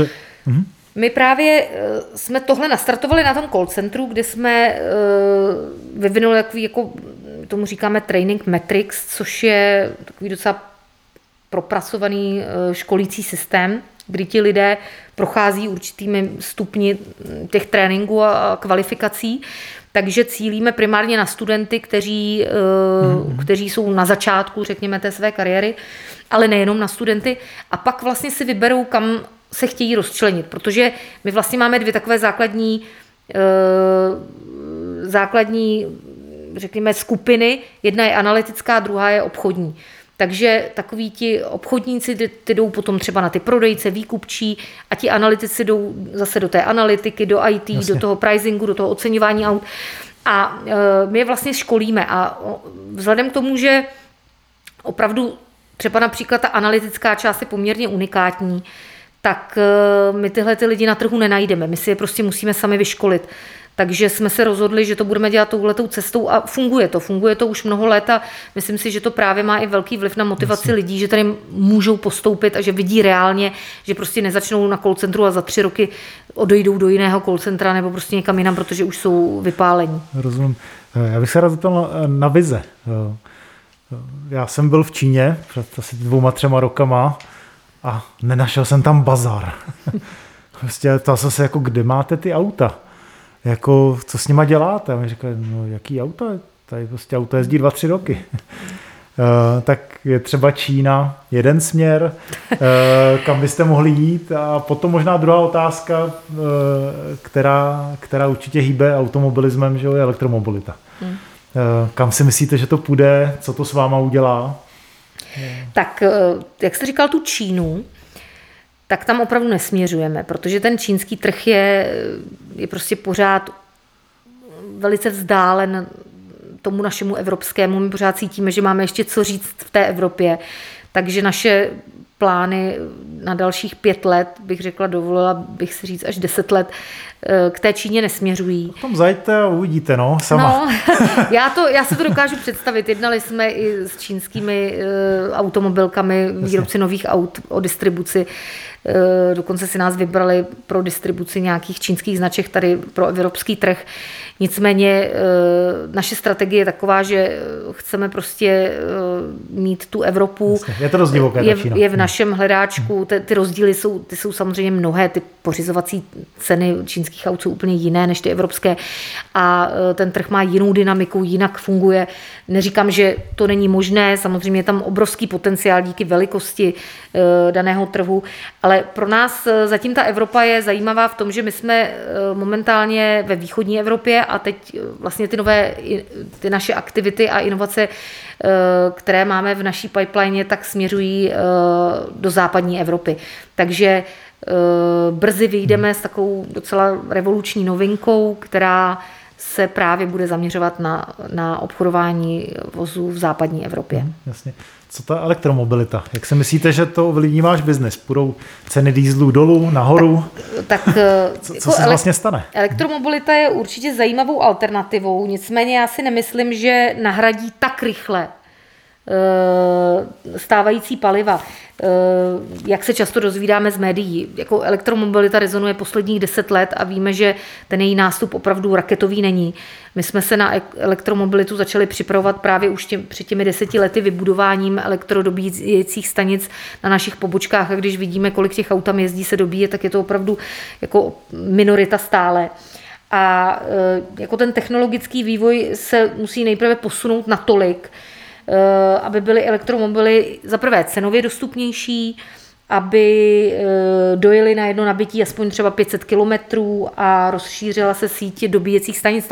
My právě jsme tohle nastartovali na tom call centru, kde jsme vyvinuli takový, jako tomu říkáme training metrics, což je takový docela propracovaný školící systém, kdy ti lidé prochází určitými stupni těch tréninků a kvalifikací. Takže cílíme primárně na studenty, kteří jsou na začátku, řekněme, té své kariéry, ale nejenom na studenty. A pak vlastně si vyberou, kam se chtějí rozčlenit, protože my vlastně máme dvě takové základní, řekněme, skupiny. Jedna je analytická, druhá je obchodní. Takže takoví ti obchodníci ty jdou potom třeba na ty prodejce, výkupčí a ti analytici jdou zase do té analytiky, do IT, Jasně. do toho pricingu, do toho oceňování aut. A my je vlastně školíme a vzhledem k tomu, že opravdu třeba například ta analytická část je poměrně unikátní, tak my tyhle ty lidi na trhu nenajdeme. My si je prostě musíme sami vyškolit. Takže jsme se rozhodli, že to budeme dělat touhletou cestou a funguje to už mnoho let a myslím si, že to právě má i velký vliv na motivaci lidí, že tady můžou postoupit a že vidí reálně, že prostě nezačnou na call centru a za 3 roky odejdou do jiného call centra nebo prostě někam jinam, protože už jsou vypálení. Rozumím. Já bych se rád zeptal na vize. Já jsem byl v Číně před asi 2-3 rokama a nenašel jsem tam bazar. Prostě ptal jsem se, jako, kde máte ty auta? Jako, co s nima děláte? A mi říkali, no jaký auto? Tady prostě auto jezdí 2-3 roky. Tak je třeba Čína jeden směr, kam byste mohli jít. A potom možná druhá otázka, která určitě hýbe automobilismem, že je elektromobilita. Kam si myslíte, že to půjde? Co to s váma udělá? Tak, jak jsi říkal tu Čínu, tak tam opravdu nesměřujeme, protože ten čínský trh je prostě pořád velice vzdálen tomu našemu evropskému. My pořád cítíme, že máme ještě co říct v té Evropě, takže naše plány na dalších 5 let, bych řekla, dovolila bych si říct až 10 let, k té Číně nesměřují. Tam zajďte a uvidíte, sama. No, já si to dokážu představit. Jednali jsme i s čínskými automobilkami, výrobci nových aut o distribuci. Dokonce si nás vybrali pro distribuci nějakých čínských značek tady pro evropský trh. Nicméně naše strategie je taková, že chceme prostě mít tu Evropu. Je to dost divoké, ta Čína. našem hledáčku, ty rozdíly jsou samozřejmě mnohé, ty pořizovací ceny čínských aut jsou úplně jiné než ty evropské a ten trh má jinou dynamiku, jinak funguje. Neříkám, že to není možné, samozřejmě je tam obrovský potenciál díky velikosti daného trhu, ale pro nás zatím ta Evropa je zajímavá v tom, že my jsme momentálně ve východní Evropě a teď vlastně ty naše aktivity a inovace, které máme v naší pipeline, tak směřují do západní Evropy. Takže brzy vyjdeme s takovou docela revoluční novinkou, která se právě bude zaměřovat na obchodování vozů v západní Evropě. Jasně. Co ta elektromobilita? Jak si myslíte, že to ovlivní váš biznes? Půjdou ceny dieselů dolů, nahoru? Co se vlastně stane? Elektromobilita je určitě zajímavou alternativou, nicméně já si nemyslím, že nahradí tak rychle stávající paliva. Jak se často dozvídáme z médií, jako elektromobilita rezonuje posledních 10 let a víme, že ten její nástup opravdu raketový není. My jsme se na elektromobilitu začali připravovat právě už před těmi 10 lety vybudováním elektrodobíjecích stanic na našich pobočkách a když vidíme, kolik těch aut tam jezdí se dobíje, tak je to opravdu jako minorita stále. A jako ten technologický vývoj se musí nejprve posunout natolik, aby byly elektromobily za prvé cenově dostupnější, aby dojeli na jedno nabití aspoň třeba 500 kilometrů a rozšířila se síť dobíjecích stanic.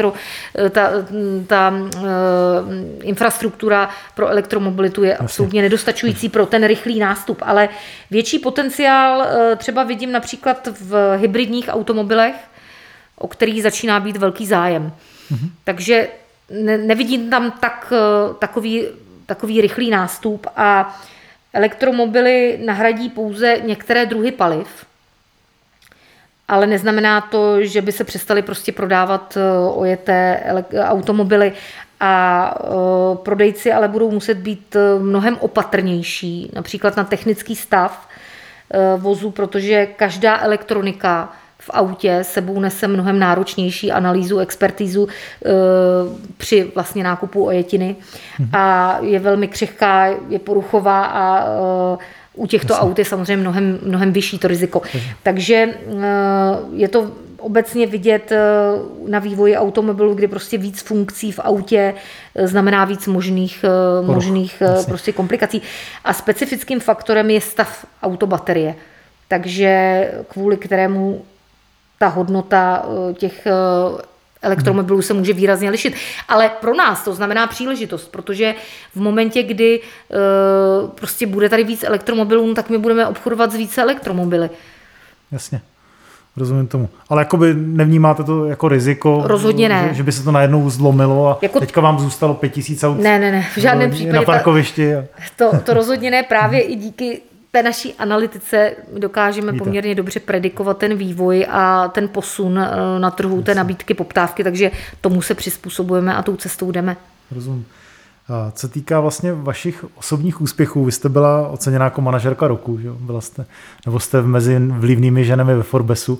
Ta infrastruktura pro elektromobilitu je absolutně nedostačující pro ten rychlý nástup, ale větší potenciál třeba vidím například v hybridních automobilech, o kterých začíná být velký zájem. Takže nevidím tam takový rychlý nástup a elektromobily nahradí pouze některé druhy paliv, ale neznamená to, že by se přestaly prostě prodávat ojeté automobily a prodejci ale budou muset být mnohem opatrnější, například na technický stav vozu, protože každá elektronika v autě sebou nese mnohem náročnější analýzu, expertízu při vlastně nákupu ojetiny a je velmi křehká, je poruchová a u těchto aut je samozřejmě mnohem vyšší to riziko. Takže je to obecně vidět na vývoji automobilu, kdy prostě víc funkcí v autě znamená víc možných prostě komplikací. A specifickým faktorem je stav autobaterie. Takže kvůli kterému ta hodnota těch elektromobilů se může výrazně lišit. Ale pro nás to znamená příležitost, protože v momentě, kdy prostě bude tady víc elektromobilů, tak my budeme obchodovat s více elektromobily. Jasně, rozumím tomu. Ale jakoby nevnímáte to jako riziko? Rozhodně ne. Že by se to najednou zlomilo a teďka vám zůstalo 5000 aut ne, v žádném případě. Na parkovišti. To rozhodně ne, právě i díky té naší analytice dokážeme poměrně dobře predikovat ten vývoj a ten posun na trhu té nabídky, poptávky, takže tomu se přizpůsobujeme a tou cestou jdeme. Rozumím. A co týká vlastně vašich osobních úspěchů, vy jste byla oceněná jako manažerka roku, že? Jste mezi vlivnými ženami ve Forbesu.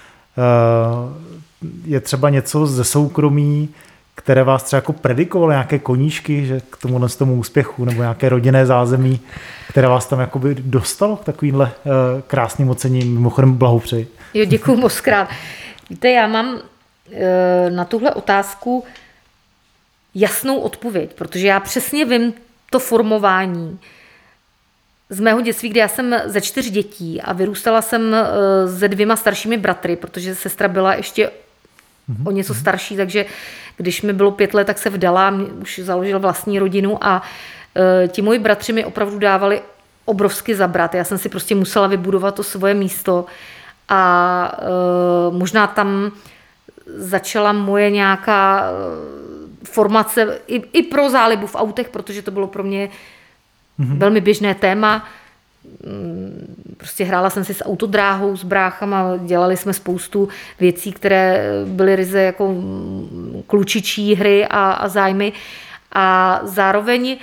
Je třeba něco ze soukromí, které vás třeba jako predikovalo, nějaké koníčky, že k tomu úspěchu, nebo nějaké rodinné zázemí, které vás tam jakoby dostalo k takovýmhle krásným oceněním, mimochodem blahopřeji. Jo, děkuju moc krát. Víte, já mám na tuhle otázku jasnou odpověď, protože já přesně vím to formování z mého dětství, kdy já jsem ze 4 dětí a vyrůstala jsem se 2 staršími bratry, protože sestra byla ještě o něco starší, takže když mi bylo 5 let, tak se vdala, už založila vlastní rodinu a ti moji bratři mi opravdu dávali obrovsky zabrat. Já jsem si prostě musela vybudovat to svoje místo a možná tam začala moje nějaká formace i pro zálibu v autech, protože to bylo pro mě velmi běžné téma. Prostě hrála jsem si s autodráhou, s bráchama, dělali jsme spoustu věcí, které byly ryze jako klučičí hry a zájmy. A zároveň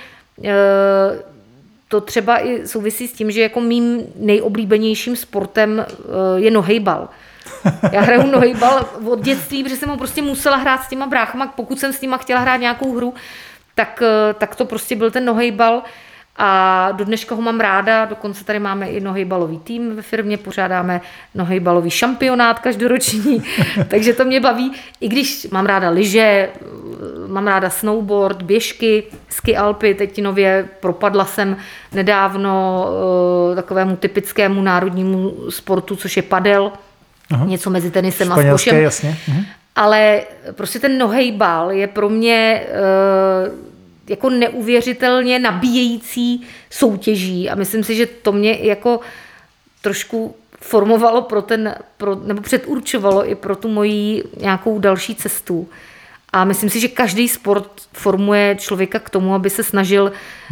to třeba i souvisí s tím, že jako mým nejoblíbenějším sportem je nohejbal. Já hraju nohejbal od dětství, protože jsem ho prostě musela hrát s těma bráchama, pokud jsem s nima chtěla hrát nějakou hru, tak to prostě byl ten nohejbal. A do dneška ho mám ráda, dokonce tady máme i nohejbalový tým ve firmě, pořádáme nohejbalový šampionát každoroční, takže to mě baví. I když mám ráda lyže, mám ráda snowboard, běžky, ski alpy, teď nově propadla jsem nedávno takovému typickému národnímu sportu, což je padel, něco mezi tenisem a squashem. Jasně. Ale prostě ten nohejbal je pro mě jako neuvěřitelně nabíjející soutěží a myslím si, že to mě jako trošku formovalo nebo předurčovalo i pro tu moji nějakou další cestu. A myslím si, že každý sport formuje člověka k tomu, aby se snažil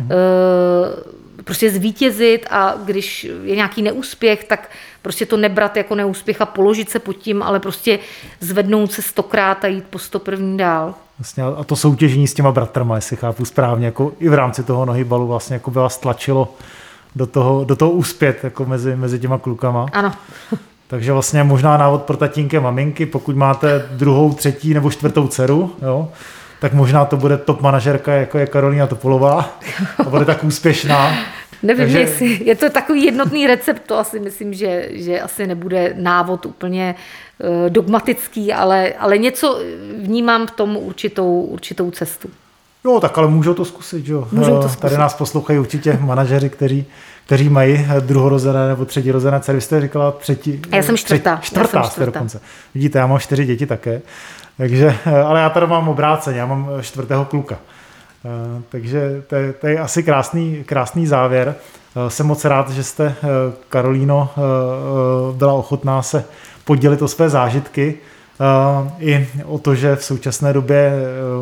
prostě zvítězit a když je nějaký neúspěch, tak prostě to nebrat jako neúspěch a položit se pod tím, ale prostě zvednout se 100krát a jít po 101. dál. Vlastně a to soutěžení s těma bratrama, jestli chápu správně, jako i v rámci toho nohybalu vlastně jako byla stlačilo do toho úspět jako mezi těma klukama. Ano. Takže vlastně možná návod pro tatínky a maminky, pokud máte 2., 3. nebo 4. dceru, jo, tak možná to bude top manažerka, jako je Karolína Topolová a bude tak úspěšná. Nevím, jestli je to takový jednotný recept, to asi myslím, že asi nebude návod úplně dogmatický, ale něco vnímám v tom určitou cestu. Jo, tak ale můžou to zkusit, jo. Můžou to zkusit. Tady nás poslouchají určitě manažeři, kteří mají druhorozené nebo třetí-rozené dcery. Vy jste říkala třetí. Já jsem čtvrtá. Čtvrtá dokonce. Vidíte, já mám 4 děti také. Takže, ale já tady mám obráceně, já mám 4. kluka. Takže to je asi krásný závěr. Jsem moc rád, že jste, Karolíno, byla ochotná se podělit o své zážitky i o to, že v současné době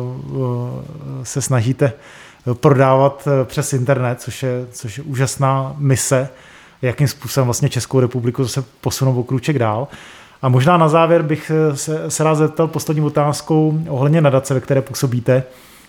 se snažíte prodávat přes internet, což je úžasná mise, jakým způsobem vlastně Českou republiku se posunou o krůček dál. A možná na závěr bych se rád zeptal poslední otázkou ohledně nadace, ve které působíte.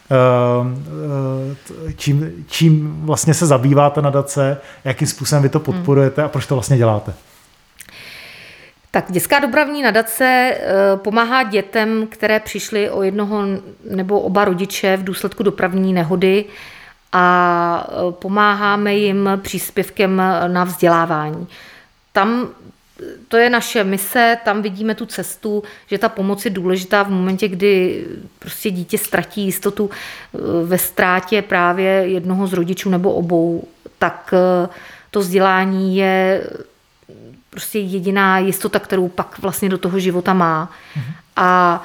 Čím vlastně se zabývá ta nadace, jakým způsobem vy to podporujete a proč to vlastně děláte? Tak Dětská dopravní nadace pomáhá dětem, které přišly o jednoho nebo oba rodiče v důsledku dopravní nehody a pomáháme jim příspěvkem na vzdělávání. Tam to je naše mise, tam vidíme tu cestu, že ta pomoc je důležitá v momentě, kdy prostě dítě ztratí jistotu ve ztrátě právě jednoho z rodičů nebo obou, tak to vzdělání je prostě jediná jistota, kterou pak vlastně do toho života má. A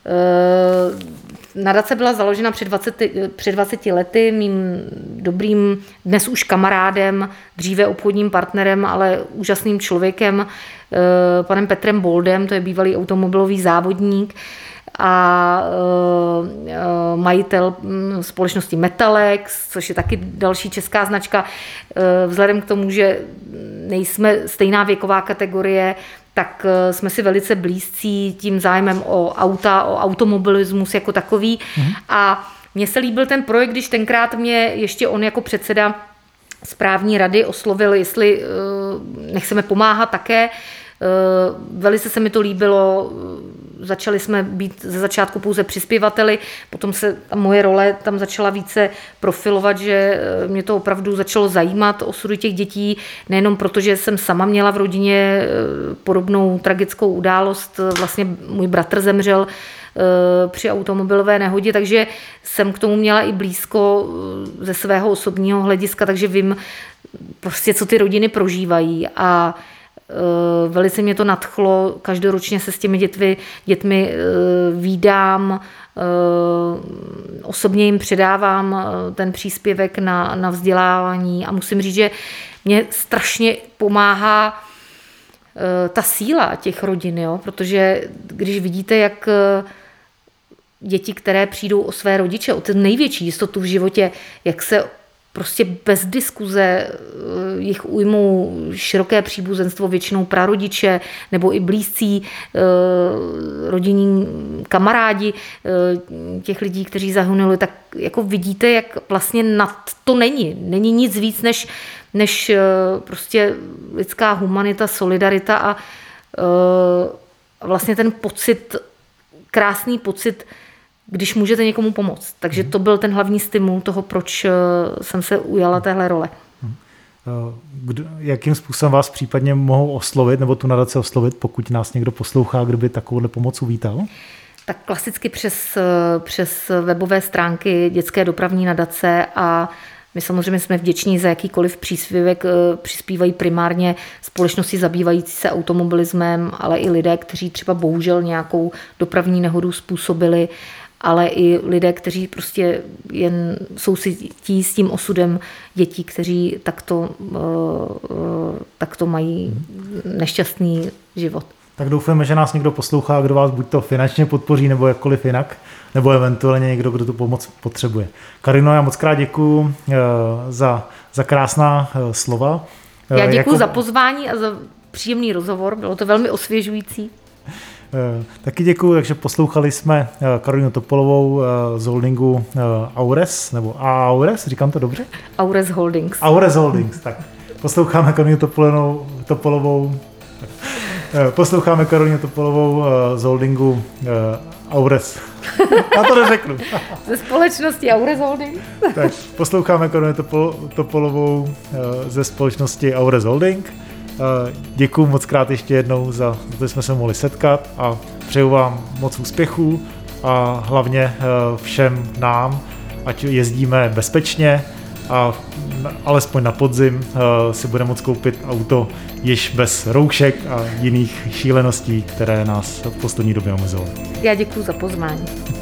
nadace byla založena před 20 lety mým dobrým, dnes už kamarádem, dříve obchodním partnerem, ale úžasným člověkem, panem Petrem Boldem, to je bývalý automobilový závodník a majitel společnosti Metalex, což je taky další česká značka. Vzhledem k tomu, že nejsme stejná věková kategorie, tak jsme si velice blízcí tím zájmem o auta, o automobilismus jako takový. A mně se líbil ten projekt, když tenkrát mě ještě on jako předseda správní rady oslovil, jestli nechceme pomáhat také. Velice se mi to líbilo, začali jsme být ze začátku pouze přispěvateli, potom se moje role tam začala více profilovat, že mě to opravdu začalo zajímat osudy těch dětí, nejenom proto, že jsem sama měla v rodině podobnou tragickou událost, vlastně můj bratr zemřel při automobilové nehodě, takže jsem k tomu měla i blízko ze svého osobního hlediska, takže vím prostě, co ty rodiny prožívají a velice mě to nadchlo, každoročně se s těmi dětmi vídám, osobně jim předávám ten příspěvek na vzdělávání a musím říct, že mě strašně pomáhá ta síla těch rodin, jo? Protože když vidíte, jak děti, které přijdou o své rodiče, o ten největší jistotu v životě, jak se prostě bez diskuze jich ujmou široké příbuzenstvo, většinou prarodiče nebo i blízcí rodinní kamarádi těch lidí, kteří zahynuli, tak jako vidíte, jak vlastně nad to není nic víc než prostě lidská humanita, solidarita a vlastně ten pocit, krásný pocit když můžete někomu pomoct. Takže to byl ten hlavní stimul toho, proč jsem se ujala téhle role. Jakým způsobem vás případně mohou oslovit, nebo tu nadaci oslovit, pokud nás někdo poslouchá, kdo by takovouhle pomoc uvítal? Tak klasicky přes webové stránky Dětské dopravní nadace a my samozřejmě jsme vděční za jakýkoliv příspěvek, přispívají primárně společnosti zabývající se automobilismem, ale i lidé, kteří třeba bohužel nějakou dopravní nehodu způsobili, ale i lidé, kteří prostě jen soucití s tím osudem dětí, kteří takto mají nešťastný život. Tak doufáme, že nás někdo poslouchá, kdo vás buď to finančně podpoří, nebo jakkoliv jinak, nebo eventuálně někdo, kdo tu pomoc potřebuje. Karino, já moc krát děkuju za krásná slova. Já děkuju za pozvání a za příjemný rozhovor, bylo to velmi osvěžující. Taky děkuju, takže poslouchali jsme Karolinu Topolovou z holdingu Aures, nebo Aures, říkám to dobře? Aures Holdings. Aures Holdings, tak. Posloucháme Karolinu Topolovou z holdingu Aures. Já to neřeknu. Ze společnosti Aures Holding. Tak, posloucháme Karolinu Topolovou ze společnosti Aures Holding. Děkuju moc krát ještě jednou za to, že jsme se mohli setkat a přeju vám moc úspěchů a hlavně všem nám, ať jezdíme bezpečně a alespoň na podzim si budeme moct koupit auto již bez roušek a jiných šíleností, které nás v poslední době omezovaly. Já děkuju za pozvání.